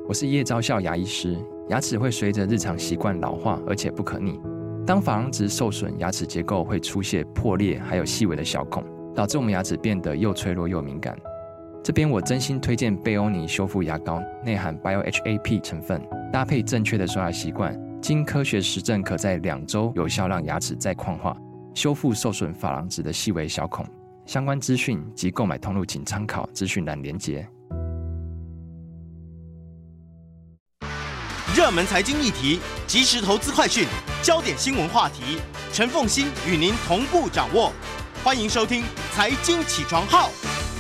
我是叶昭孝牙医师。牙齿会随着日常习惯老化，而且不可逆。当珐琅质受损，牙齿结构会出现破裂，还有细微的小孔，导致我们牙齿变得又脆弱又敏感。这边我真心推荐贝欧尼修复牙膏，内含 BioHAP 成分，搭配正确的刷牙习惯，经科学实证可在2周有效让牙齿再矿化，修复受损珐琅质的细微小孔。相关资讯及购买通路请参考资讯栏连结。 热门财经议题、即时投资快讯、焦点新闻话题，陈凤馨与您同步掌握。欢迎收听《财经起床号》。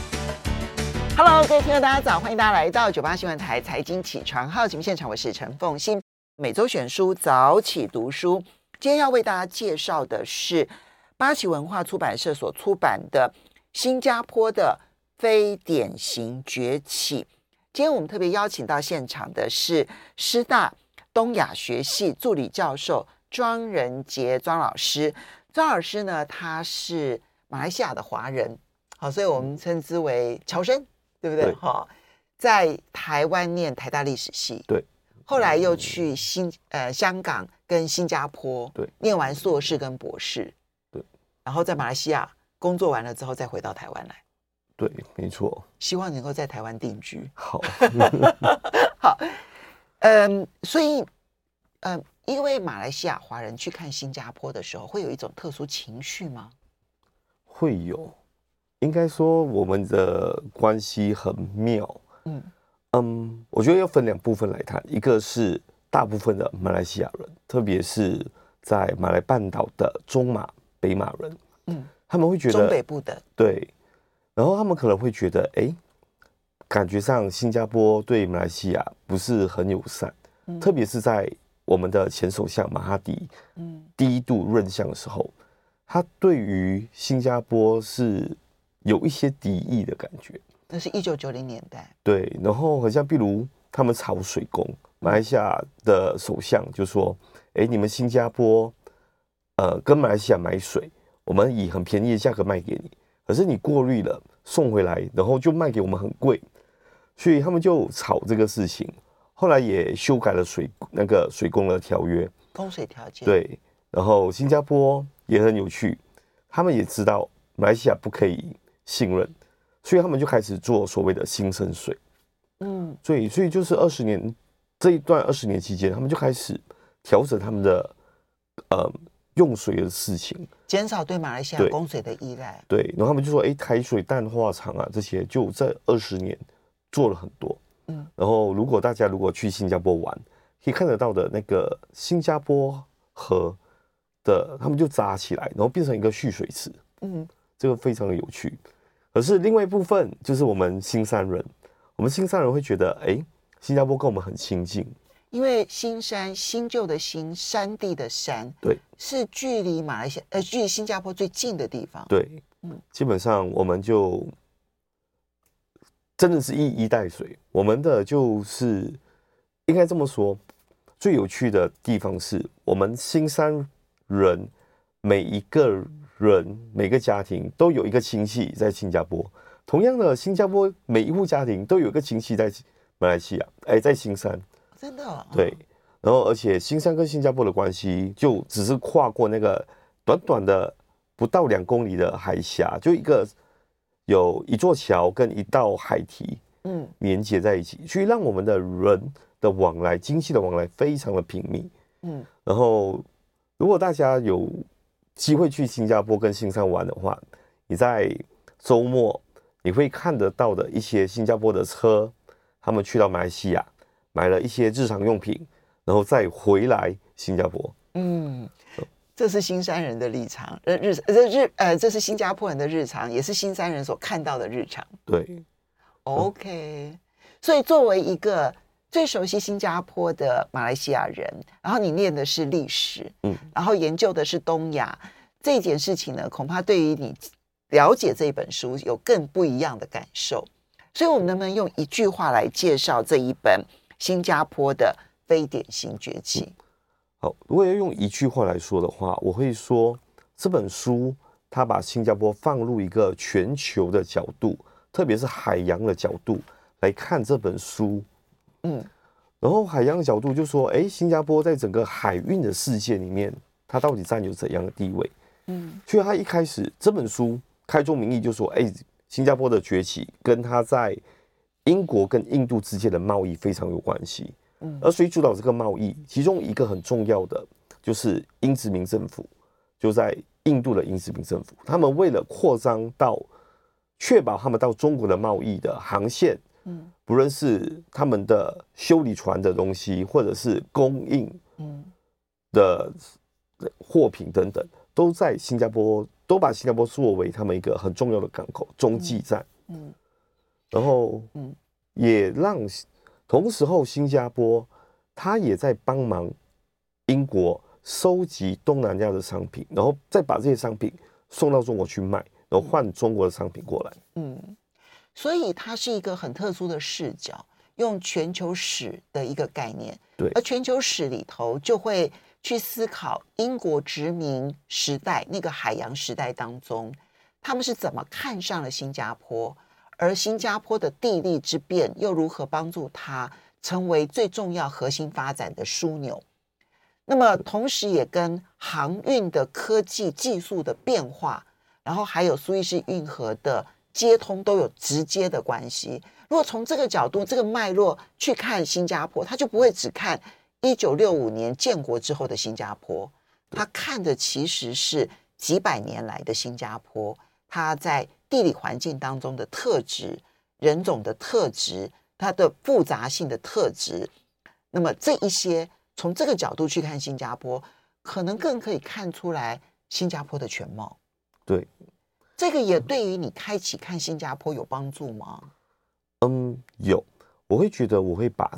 Hello， 各位听众大家早，欢迎大家来到98新闻台财经起床号节目现场，我是陈凤馨。每周选书早起读书，今天要为大家介绍的是八旗文化出版社所出版的新加坡的非典型崛起。今天我们特别邀请到现场的是师大东亚学系助理教授庄仁杰庄老师。庄老师呢，他是马来西亚的华人，好，所以我们称之为侨生，对不对？好，在台湾念台大历史系， 对， 后来又去香港跟新加坡， 对， 念完硕士跟博士， 对，然后在马来西亚工作完了之后再回到台湾来。 对，没错。 希望能够在台湾定居。 好， 好，所以，因为马来西亚华人去看新加坡的时候，会有一种特殊情绪吗？ 会有，应该说我们的关系很妙。我觉得要分2部分来谈，一个是大部分的马来西亚人，特别是在马来半岛的中马、北马人，他们会觉得中北部的， 对。然后他们可能会觉得，感觉上新加坡对马来西亚不是很友善，特别是在我们的前首相马哈迪，第一度任相的时候，他对于新加坡是有一些敌意的感觉。 那是1990年代。 对，然后好像比如他们炒水工，马来西亚的首相就说，你们新加坡，跟马来西亚买水，我们以很便宜的价格卖给你。可是你过滤了送回来，然后就卖给我们很贵，所以他们就吵这个事情。后来也修改了水工的条约， 供水条件。 对，然后新加坡也很有趣，他们也知道马来西亚不可以信任，所以他们就开始做所谓的新生水。所以就是20年这一段20年期间，他们就开始调整他们的用水的事情， 减少对马来西亚供水的依赖。 对，然后他们就说，台水淡化厂啊，这些就在20年做了很多。然后大家如果去新加坡玩，可以看得到的那个新加坡河的，他们就扎起来，然后变成一个蓄水池。这个非常的有趣。可是另外一部分就是我们新山人会觉得，新加坡跟我们很亲近。 因为新山，新旧的新，山地的山， 对， 是距离马来西亚距离新加坡最近的地方。 对，基本上我们就真的是一衣带水。我们的就是应该这么说，最有趣的地方是我们新山人每一个人每个家庭都有一个亲戚在新加坡，同样的，新加坡每一户家庭都有一个亲戚在马来西亚，在新山。 真的对，然后而且新山跟新加坡的关系就只是跨过那个短短的不到2公里的海峡，就有一座桥跟一道海堤，连接在一起，所以让我们的人的往来、经济的往来非常的频密。然后如果大家有机会去新加坡跟新山玩的话，你在周末你会看得到的一些新加坡的车，他们去到马来西亚。买了一些日常用品，然后再回来新加坡。 这是新山人的立场，这是新加坡人的日常，也是新山人所看到的日常。 对 ，OK。所以作为一个最熟悉新加坡的马来西亚人，然后你念的是历史，然后研究的是东亚这件事情呢，恐怕对于你了解这本书有更不一样的感受。所以我们能不能用一句话来介绍这一本新加坡的非典型崛起？ 好，如果要用一句话来说的话，我会说这本书它把新加坡放入一个全球的角度，特别是海洋的角度来看这本书。 然后海洋角度就说，新加坡在整个海运的世界里面，它到底占有怎样的地位？所以他一开始这本书开宗明义就说，新加坡的崛起跟它在英国跟印度之间的贸易非常有关系。而谁主导这个贸易？其中一个很重要的就是英殖民政府，就在印度的英殖民政府，他们为了扩张到确保他们到中国的贸易的航线，不论是他们的修理船的东西，或者是供应的货品等等，都在新加坡，都把新加坡作为他们一个很重要的港口中继站。然后也让同时候新加坡它也在帮忙英国收集东南亚的商品，然后再把这些商品送到中国去卖，然后换中国的商品过来。 所以它是一个很特殊的视角，用全球史的一个概念。 对， 而全球史里头就会去思考英国殖民时代那个海洋时代当中，他们是怎么看上了新加坡，而新加坡的地利之便又如何帮助它成为最重要核心发展的枢纽。那么同时也跟航运的科技技术的变化，然后还有苏伊士运河的接通都有直接的关系。如果从这个角度这个脉络去看新加坡，他就不会只看1965年建国之后的新加坡，他看的其实是几百年来的新加坡，它在地理环境当中的特质，人种的特质，它的复杂性的特质。那么这一些从这个角度去看新加坡，可能更可以看出来新加坡的全貌。 对， 这个也对于你开启看新加坡有帮助吗？ 有，我会觉得我会把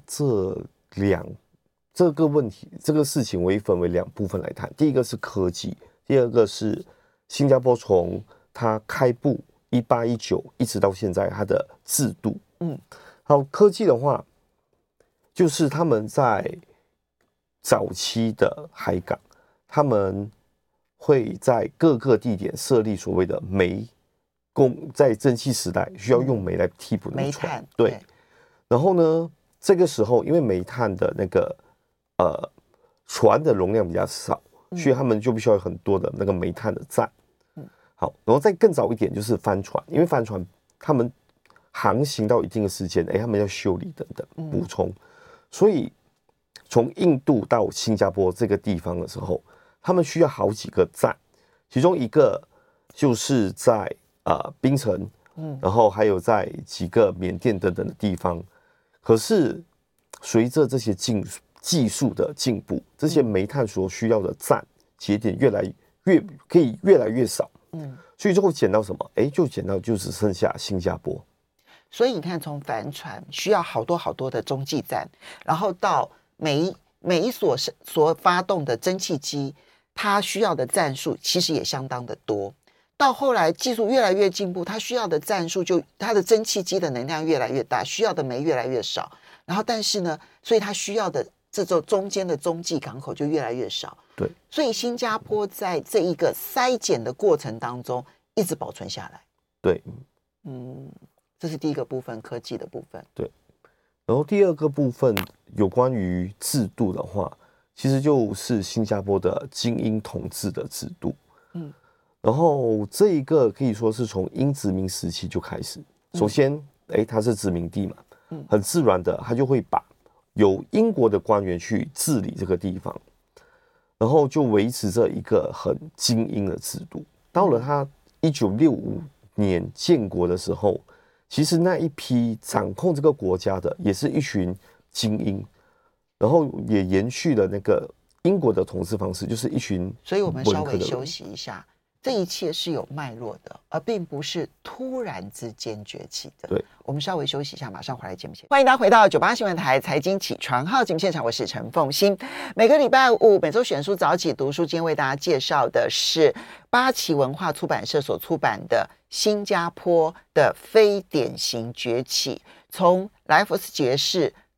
这个问题这个事情我会分为2部分来谈。第一个是科技，第二个是新加坡从它开埠1819一直到现在它的制度。好，科技的话，就是他们在早期的海港，他们会在各个地点设立所谓的煤在蒸汽时代需要用煤来替补那个船。 煤炭， 对。然后呢，这个时候因为煤炭的那个船的容量比较少，所以他们就必须要有很多的那个煤炭的站。好，然后再更早一点就是帆船，因为帆船他们航行到一定的时间，他们要修理等等补充，所以从印度到新加坡这个地方的时候，他们需要好几个站，其中一个就是在槟城，然后还有在几个缅甸等等的地方。可是随着这些技术的进步，这些煤炭所需要的站节点可以越来越少。所以最后减到什么？就减到就只剩下新加坡。 所以你看，从帆船需要好多好多的中继站，然后到每一所发动的蒸汽机，它需要的站数其实也相当的多。到后来技术越来越进步，它需要的站数它的蒸汽机的能量越来越大，需要的煤越来越少。然后但是呢，所以它需要的这种中间的中继港口就越来越少。 对， 所以新加坡在这一个筛减的过程当中一直保存下来。 对， 这是第一个部分，科技的部分。 对，然后第二个部分有关于制度的话，其实就是新加坡的精英统治的制度。然后这一个可以说是从英殖民时期就开始。首先，它是殖民地嘛，很自然的，他就会把由英国的官员去治理这个地方，然后就维持着一个很精英的制度。到了他1965年建国的时候，其实那一批掌控这个国家的也是一群精英，然后也延续了那个英国的统治方式，就是一群。 所以我们稍微休息一下，这一切是有脉络的，而并不是突然之间崛起的。 对， 我们稍微休息一下，马上回来节目现场。欢迎大家回到98新闻台财经起床号节目现场，我是陈凤馨。每个礼拜五每周选书早起读书，今天为大家介绍的是八旗文化出版社所出版的《新加坡的非典型崛起》，从莱佛斯爵士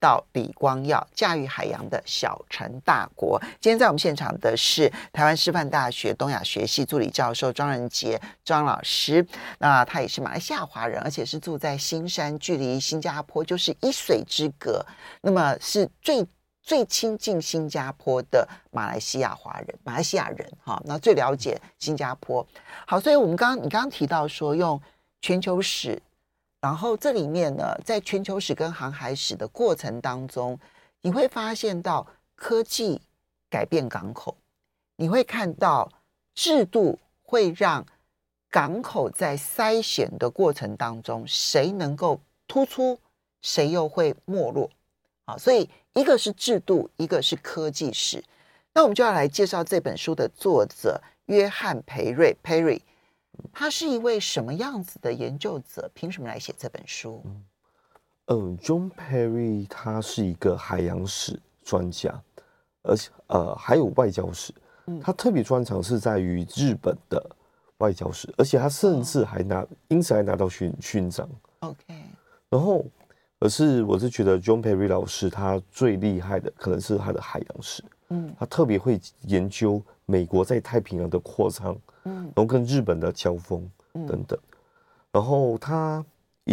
到李光耀，驾驭海洋的小成大国。今天在我们现场的是台湾师范大学东亚学系助理教授庄人杰庄老师，那他也是马来西亚华人，而且是住在新山，距离新加坡就是一水之隔，那么是最亲近新加坡的马来西亚人哈，那最了解新加坡。好，所以你刚刚提到说用全球史，然后这里面呢，在全球史跟航海史的过程当中，你会发现到科技改变港口，你会看到制度会让港口在筛选的过程当中，谁能够突出，谁又会没落。好，所以一个是制度，一个是科技史。那我们就要来介绍这本书的作者约翰培瑞 Perry， 他是一位什么样子的研究者？凭什么来写这本书 ？John Perry 他是一个海洋史专家，而且还有外交史。他特别专长是在于日本的外交史，而且他甚至因此还拿到勋章。 OK， 然后。我是觉得 John Perry 老师他最厉害的可能是他的海洋史，他特别会研究美国在太平洋的扩张，然后跟日本的交锋等等，然后他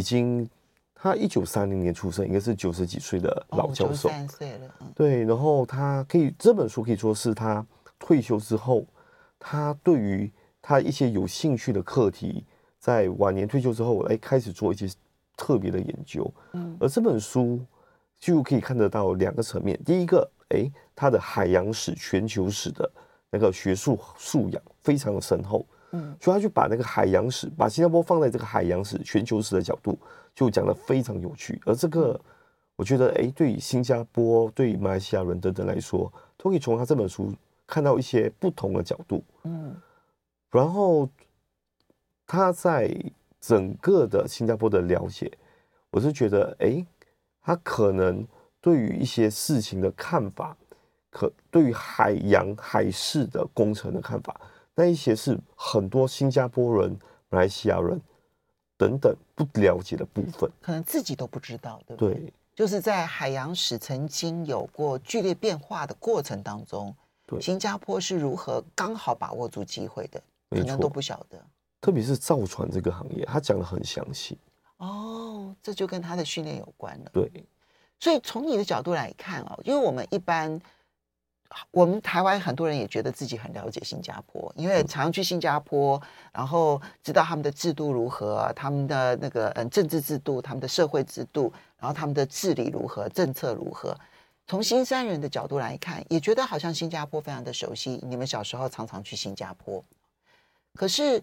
1930年出生，应该是90几岁的老教授 ，93岁了， 对，然后这本书可以说是他退休之后，他对于他一些有兴趣的课题，在晚年退休之后来开始做一些特别的研究，而这本书就可以看得到2个层面。第一个，它的海洋史、全球史的那个学术素养非常的深厚，所以他就把那个海洋史，把新加坡放在这个海洋史、全球史的角度，就讲得非常有趣。而这个，我觉得，对于新加坡、对于马来西亚人等等来说，都可以从他这本书看到一些不同的角度。然后他在整个的新加坡的了解，我是觉得，他可能对于一些事情的看法，对于海洋海事的工程的看法，那一些是很多新加坡人、马来西亚人等等不了解的部分， 可能自己都不知道，对不对？对，就是在海洋史曾经有过剧烈变化的过程当中，新加坡是如何刚好把握住机会的，可能都不晓得。 特别是造船这个行业，他讲得很详细。 这就跟他的训练有关了。 对， 所以从你的角度来看因为我们台湾很多人也觉得自己很了解新加坡，因为常去新加坡，然后知道他们的制度如何，他们的那个政治制度，他们的社会制度，然后他们的治理如何，政策如何。从新山人的角度来看，也觉得好像新加坡非常的熟悉，你们小时候常常去新加坡。可是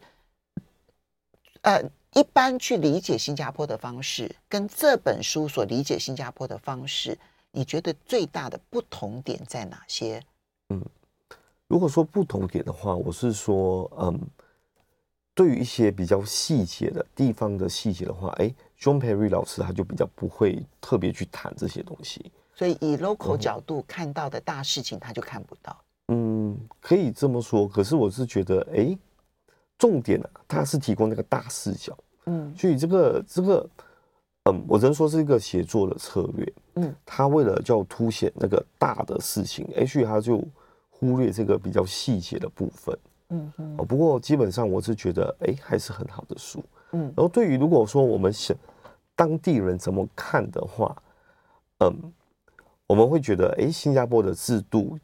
一般去理解新加坡的方式，跟这本书所理解新加坡的方式，你觉得最大的不同点在哪些？ 如果说不同点的话，我是说，对于一些比较细节的地方的细节的话，John Perry 老师他就比较不会特别去谈这些东西， 所以以 local 角度看到的大事情，他就看不到。 可以这么说。可是我是觉得，重点它是提供那个大视角，所以这个，我只能说是一个写作的策略，他为了要凸显那个大的事情，所以他就忽略这个比较细节的部分，不过基本上我是觉得，还是很好的书，然后对于如果说我们想当地人怎么看的话，我们会觉得，新加坡的制度，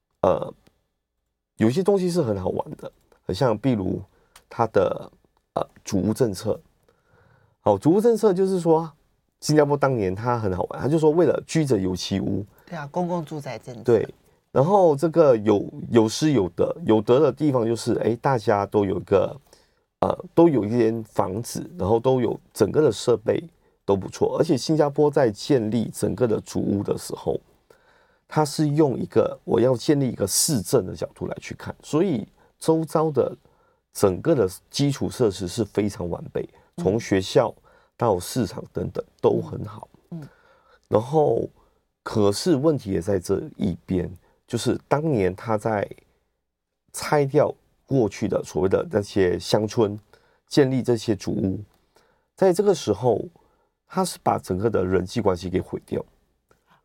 有些东西是很好玩的，很像，比如它的祖屋政策。祖屋政策就是说，新加坡当年它很好玩，它就说为了居者有其屋， 对啊，公共住宅政策。 对，然后这个有失有得，有得的地方就是大家都有一间房子，然后都有整个的设备都不错，而且新加坡在建立整个的祖屋的时候，它是用我要建立一个市政的角度来去看，所以周遭的整个的基础设施是非常完备，从学校到市场等等都很好。然后可是问题也在这一边，就是当年他在拆掉过去的所谓的那些乡村，建立这些祖屋，在这个时候他是把整个的人际关系给毁掉。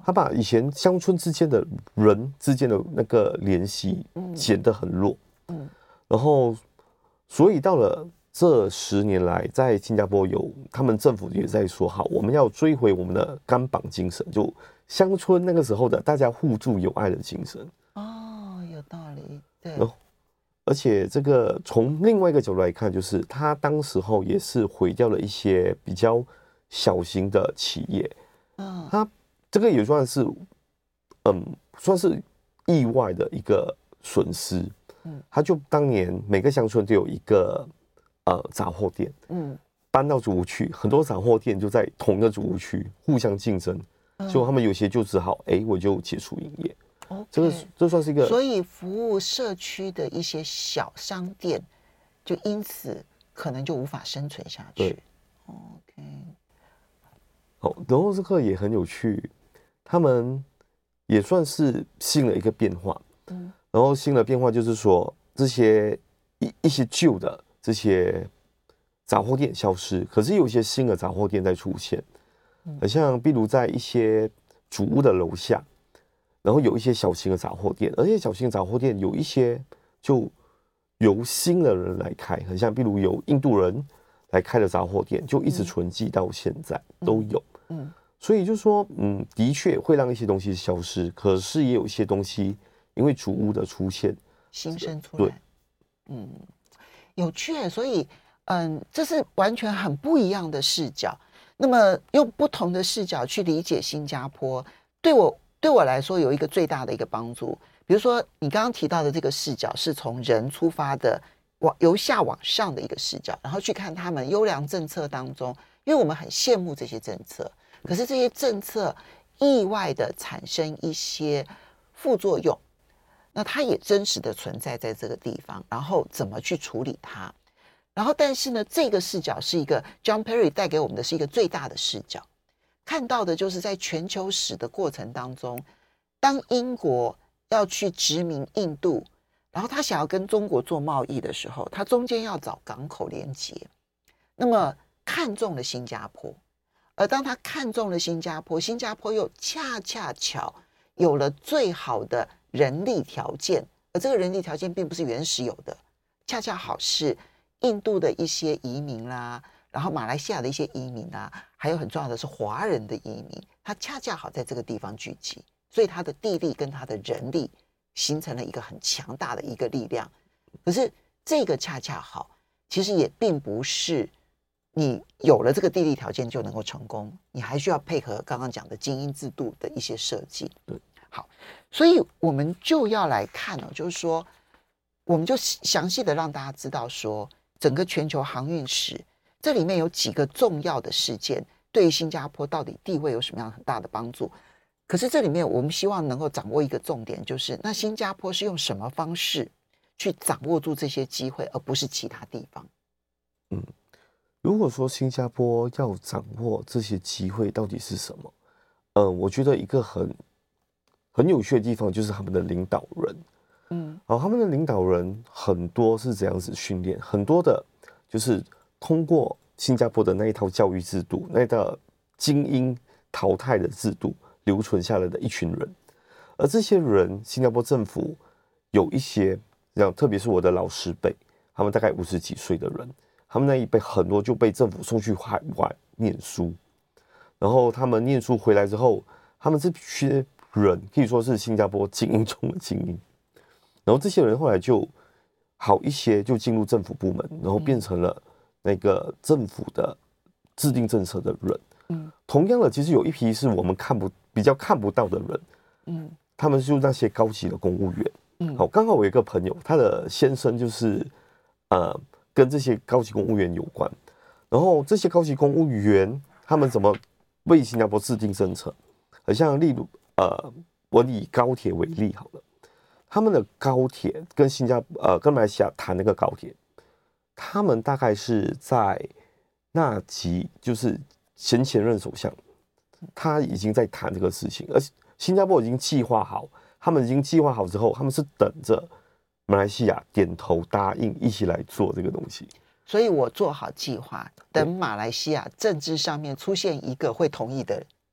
他把以前乡村之间的人之间的那个联系减得很弱。然后所以到了这10年来，在新加坡他们政府也在说，好，我们要追回我们的甘榜精神，就乡村那个时候的大家互助友爱的精神。 有道理，对。 而且这个从另外一个角度来看，就是他当时候也是毁掉了一些比较小型的企业。他这个也算是算是意外的一个损失。他就当年每个乡村都有一个杂货店，搬到主屋区，很多杂货店就在同一个主屋区互相竞争，所以他们有些就只好我就结束营业。这算是一个， 所以服务社区的一些小商店，就因此可能就无法生存下去。OK， 好，然后这个也很有趣，他们也算是新的一个变化。然后新的变化就是说，这些一些旧的这些杂货店消失，可是有一些新的杂货店在出现，好像比如在一些主屋的楼下。然后有一些小型的杂货店，而且小型的杂货店有一些就由新的人来开，很像比如由印度人来开的杂货店，就一直存继到现在都有。所以就说，的确会让一些东西消失，可是也有一些东西因为主屋的出现新生出来。有趣，所以这是完全很不一样的视角。那么用不同的视角去理解新加坡，对我来说有一个最大的一个帮助。比如说你刚刚提到的这个视角是从人出发的，由下往上的一个视角，然后去看他们优良政策当中，因为我们很羡慕这些政策，可是这些政策意外的产生一些副作用，那它也真实的存在在这个地方，然后怎么去处理它。然后但是呢，这个视角是一个 John Perry 带给我们的是一个最大的视角，看到的就是在全球史的过程当中，当英国要去殖民印度，然后他想要跟中国做贸易的时候，他中间要找港口连接，那么看中了新加坡，而当他看中了新加坡，新加坡又恰巧有了最好的人力条件，而这个人力条件并不是原始有的，恰恰好是印度的一些移民啦，然后马来西亚的一些移民啊，还有很重要的是华人的移民，他恰恰好在这个地方聚集，所以他的地利跟他的人力形成了一个很强大的一个力量。可是这个恰恰好其实也并不是你有了这个地利条件就能够成功，你还需要配合刚刚讲的精英制度的一些设计。好，所以我们就要来看就是说我们就详细的让大家知道说整个全球航运史这里面有几个重要的事件对于新加坡到底地位有什么样很大的帮助。可是这里面我们希望能够掌握一个重点，就是那新加坡是用什么方式去掌握住这些机会，而不是其他地方。 如果说新加坡要掌握这些机会到底是什么，我觉得一个很有趣的地方就是他们的领导人。他们的领导人很多是这样子训练，很多的就是通过新加坡的那一套教育制度，那一套精英淘汰的制度留存下来的一群人。而这些人，新加坡政府有一些，特别是我的老师辈，他们大概50几岁的人，他们那一辈很多就被政府送去海外念书，然后他们念书回来之后，他们这些人可以说是新加坡精英中的精英。然后这些人后来就好一些，就进入政府部门，然后变成了那个政府的制定政策的人。同样的，其实有一批是我们比较看不到的人。他们就是那些高级的公务员。好，刚好我有一个朋友，他的先生就是跟这些高级公务员有关。然后这些高级公务员他们怎么为新加坡制定政策？好像例如我以高铁为例好了。他们的高铁跟跟马来西亚谈那个高铁，他们大概是在纳吉，就是前任首相，他已经在谈这个事情，而新加坡已经计划好，他们已经计划好之后，他们是等着马来西亚点头答应一起来做这个东西。 所以我做好计划，等马来西亚政治上面出现一个会同意的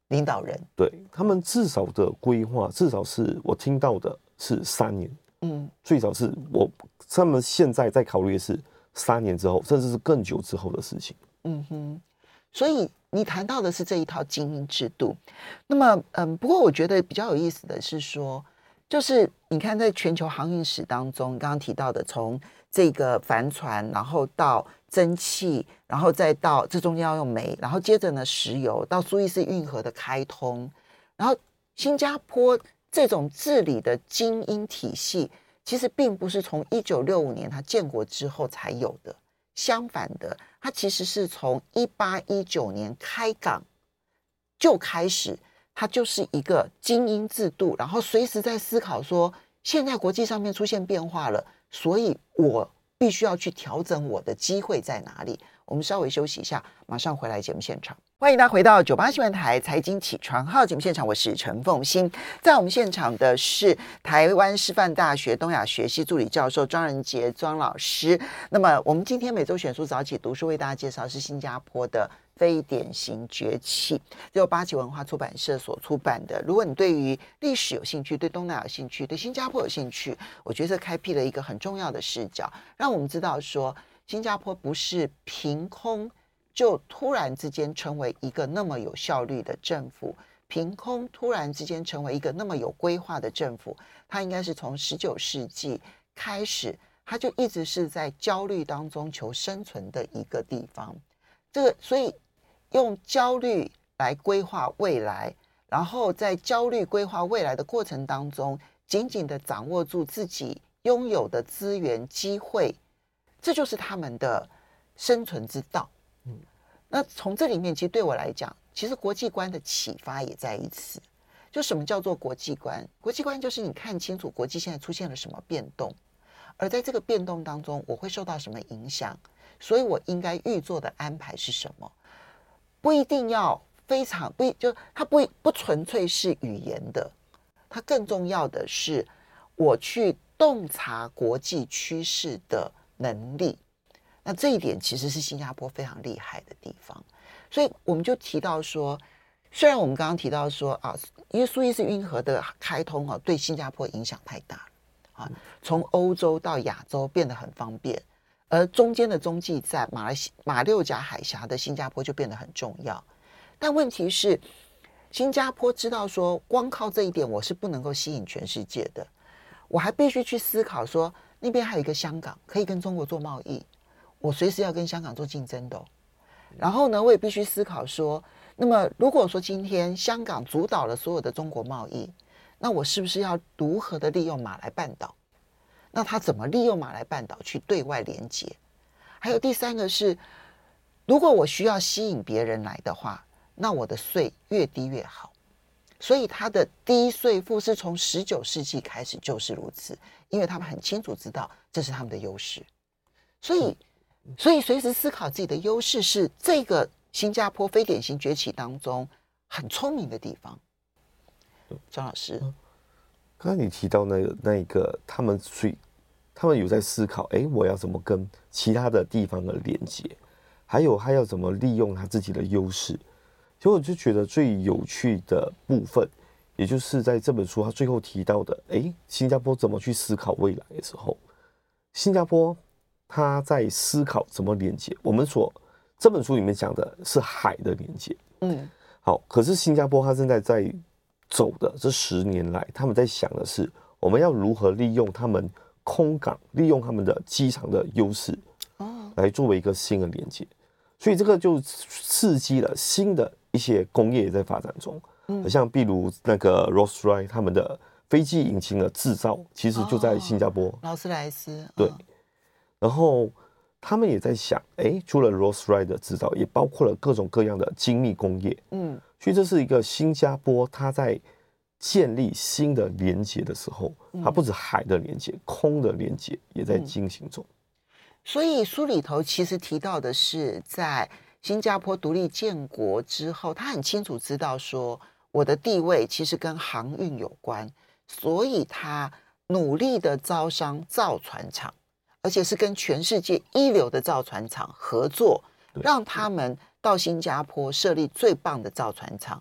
领导人， 对他们至少的规划，至少是我听到的是3年，最少是他们现在在考虑的是3年之后，甚至是更久之后的事情。 所以你谈到的是这一套精英制度。那么，不过我觉得比较有意思的是说，就是你看在全球航运史当中，刚刚提到的，从这个帆船，然后到蒸汽，然后再到这中间要用煤，然后接着呢石油，到苏伊士运河的开通，然后新加坡这种治理的精英体系，其实并不是从1965年它建国之后才有的，相反的，它其实是从1819年开港就开始，它就是一个精英制度，然后随时在思考说，现在国际上面出现变化了，所以我必须要去调整我的机会在哪里。我们稍微休息一下，马上回来节目现场。欢迎大家回到98新闻台财经起床号节目现场，我是陈凤馨。在我们现场的是台湾师范大学东亚学系助理教授庄人杰庄老师。那么我们今天每周选书早起读书为大家介绍是新加坡的非典型崛起，由八旗文化出版社所出版的。如果你对于历史有兴趣，对东南亚有兴趣，对新加坡有兴趣，我觉得开辟了一个很重要的视角，让我们知道说新加坡不是凭空就突然之间成为一个那么有效率的政府，凭空突然之间成为一个那么有规划的政府，它应该是从19世纪开始，它就一直是在焦虑当中求生存的一个地方。所以用焦虑来规划未来，然后在焦虑规划未来的过程当中，紧紧的掌握住自己拥有的资源机会，这就是他们的生存之道。那从这里面，其实对我来讲，其实国际观的启发也在于此。就什么叫做国际观？国际观就是你看清楚国际现在出现了什么变动，而在这个变动当中，我会受到什么影响，所以我应该预做的安排是什么？不一定要非常就它不纯粹是语言的，它更重要的是我去洞察国际趋势的能力。那这一点其实是新加坡非常厉害的地方，所以我们就提到说，虽然我们刚刚提到说因为苏伊士运河的开通对新加坡影响太大了从欧洲到亚洲变得很方便，而中间的中继站马六甲海峡的新加坡就变得很重要。但问题是，新加坡知道说，光靠这一点我是不能够吸引全世界的，我还必须去思考说，那边还有一个香港可以跟中国做贸易，我随时要跟香港做竞争的然后呢，我也必须思考说，那么如果说今天香港主导了所有的中国贸易，那我是不是要如何的利用马来半岛？那他怎么利用马来半岛去对外连接？还有第三个是，如果我需要吸引别人来的话，那我的税越低越好。所以他的低税负是从19世纪开始就是如此，因为他们很清楚知道这是他们的优势。所以随时思考自己的优势是这个新加坡非典型崛起当中很聪明的地方。张老师， 刚才你提到那一个，他们有在思考，我要怎么跟其他的地方的连接，还有他要怎么利用他自己的优势。其实我就觉得最有趣的部分，也就是在这本书他最后提到的，新加坡怎么去思考未来的时候，新加坡他在思考怎么连接。我们这本书里面讲的是海的连接，好，可是新加坡他现在在走的这10年来，他们在想的是我们要如何利用他们空港，利用他们的机场的优势，来作为一个新的连接。所以这个就刺激了新的一些工业也在发展中，像比如那个 Rolls-Royce 他们的飞机引擎的制造，其实就在新加坡， 劳斯莱斯， 对。然后他们也在想，除了 Rolls-Royce 的制造，也包括了各种各样的精密工业，所以这是一个新加坡它在建立新的连接的时候，它不止海的连接，空的连接也在进行中。 所以书里头其实提到的是，在新加坡独立建国之后，他很清楚知道说，我的地位其实跟航运有关，所以他努力的招商造船厂，而且是跟全世界一流的造船厂合作，让他们到新加坡设立最棒的造船厂，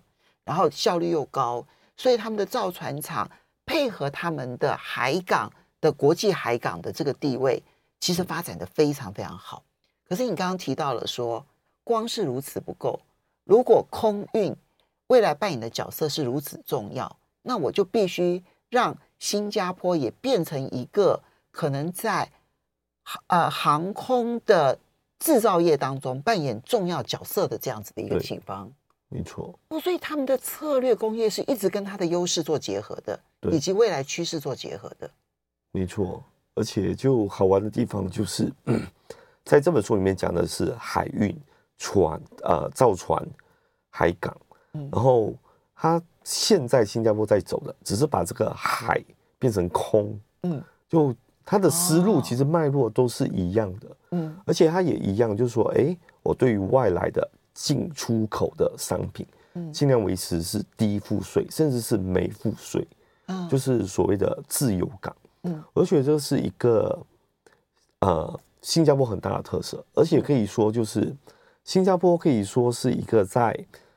然后效率又高，所以他们的造船厂配合他们的海港的国际海港的这个地位，其实发展的非常非常好。可是你刚刚提到了说，光是如此不够，如果空运未来扮演的角色是如此重要，那我就必须让新加坡也变成一个可能在航空的制造业当中扮演重要角色的这样子的一个地方。 没错。 所以他们的策略工业是一直跟它的优势做结合的，以及未来趋势做结合的。没错。而且就好玩的地方就是，在这本书里面讲的是海运、造船、海港，然后它现在新加坡在走的，只是把这个海变成空，就它的思路其实脉络都是一样的，而且它也一样，就是说，我对于外来的进出口的商品，尽量维持是低赋税，甚至是没赋税，就是所谓的自由港。我觉得这是一个新加坡很大的特色，而且可以说就是新加坡可以说是一个在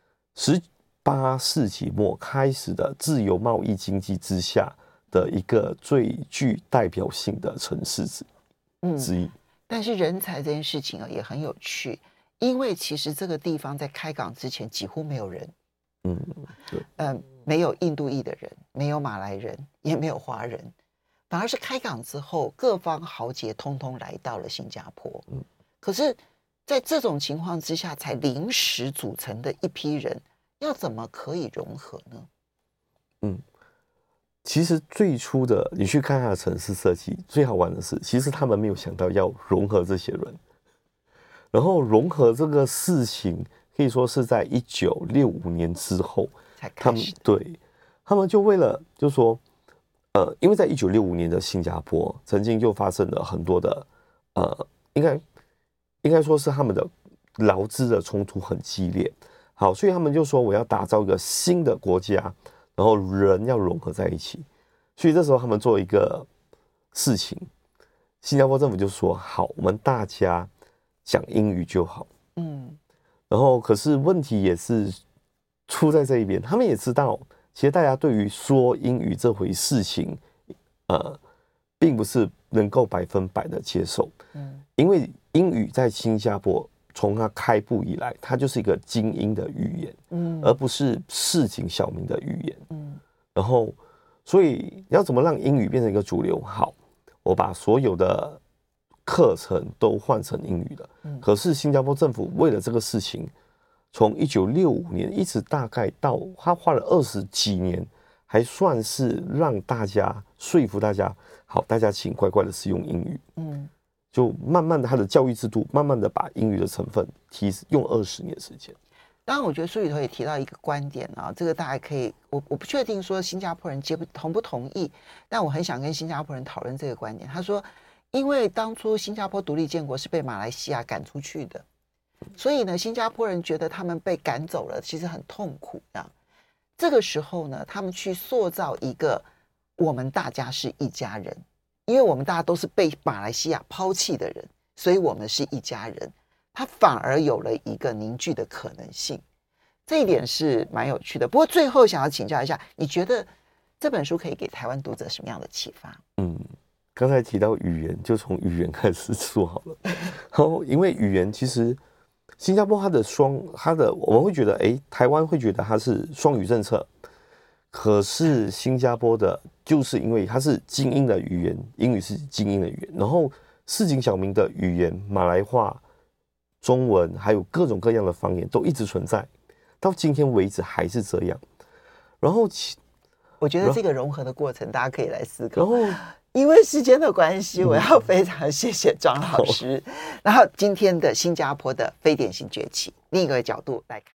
18世纪末开始的自由贸易经济之下的一个最具代表性的城市之一。 但是人才这件事情也很有趣，因为其实这个地方在开港之前几乎没有人，没有印度裔的人，没有马来人，也没有华人。反而是开港之后，各方豪杰通通来到了新加坡。可是在这种情况之下，才临时组成的一批人，要怎么可以融合呢？ 其实最初的你去看它的城市设计，最好玩的是，其实他们没有想到要融合这些人。然后融合这个事情，可以说是在1965年之后才开始。 他们就为了就是说。因为在1965年的新加坡，曾经就发生了很多的，应该说是他们的劳资的冲突很激烈。好，所以他们就说我要打造一个新的国家，然后人要融合在一起。所以这时候他们做一个事情，新加坡政府就说好，我们大家讲英语就好。然后可是问题也是出在这一边，他们也知道。其实大家对于说英语这回事情，并不是能够100%的接受，因为英语在新加坡从它开埠以来，它就是一个精英的语言，而不是市井小民的语言，然后，所以要怎么让英语变成一个主流？好，我把所有的课程都换成英语了，可是新加坡政府为了这个事情。从1965年一直大概到他花了20几年，还算是让大家说服大家，好，大家请乖乖的使用英语。就慢慢的他的教育制度，慢慢的把英语的成分用20年时间。 当然，我觉得书里头也提到一个观点啊，这个大家可以，我不确定说新加坡人同不同意，但我很想跟新加坡人讨论这个观点。他说，因为当初新加坡独立建国是被马来西亚赶出去的。所以呢，新加坡人觉得他们被赶走了，其实很痛苦啊。这个时候呢，他们去塑造一个我们大家是一家人，因为我们大家都是被马来西亚抛弃的人，所以我们是一家人。他反而有了一个凝聚的可能性，这一点是蛮有趣的。不过最后想要请教一下，你觉得这本书可以给台湾读者什么样的启发？ 刚才提到语言，就从语言开始说好了。然后因为语言其实。新加坡我们会觉得，台湾会觉得它是双语政策，可是新加坡的，就是因为它是精英的语言，英语是精英的语言，然后市井小民的语言，马来话、中文，还有各种各样的方言都一直存在，到今天为止还是这样。然后， 我觉得这个融合的过程，大家可以来思考。然后。因为时间的关系，我要非常谢谢庄老师。然后今天的新加坡的非典型崛起，另一个角度来看。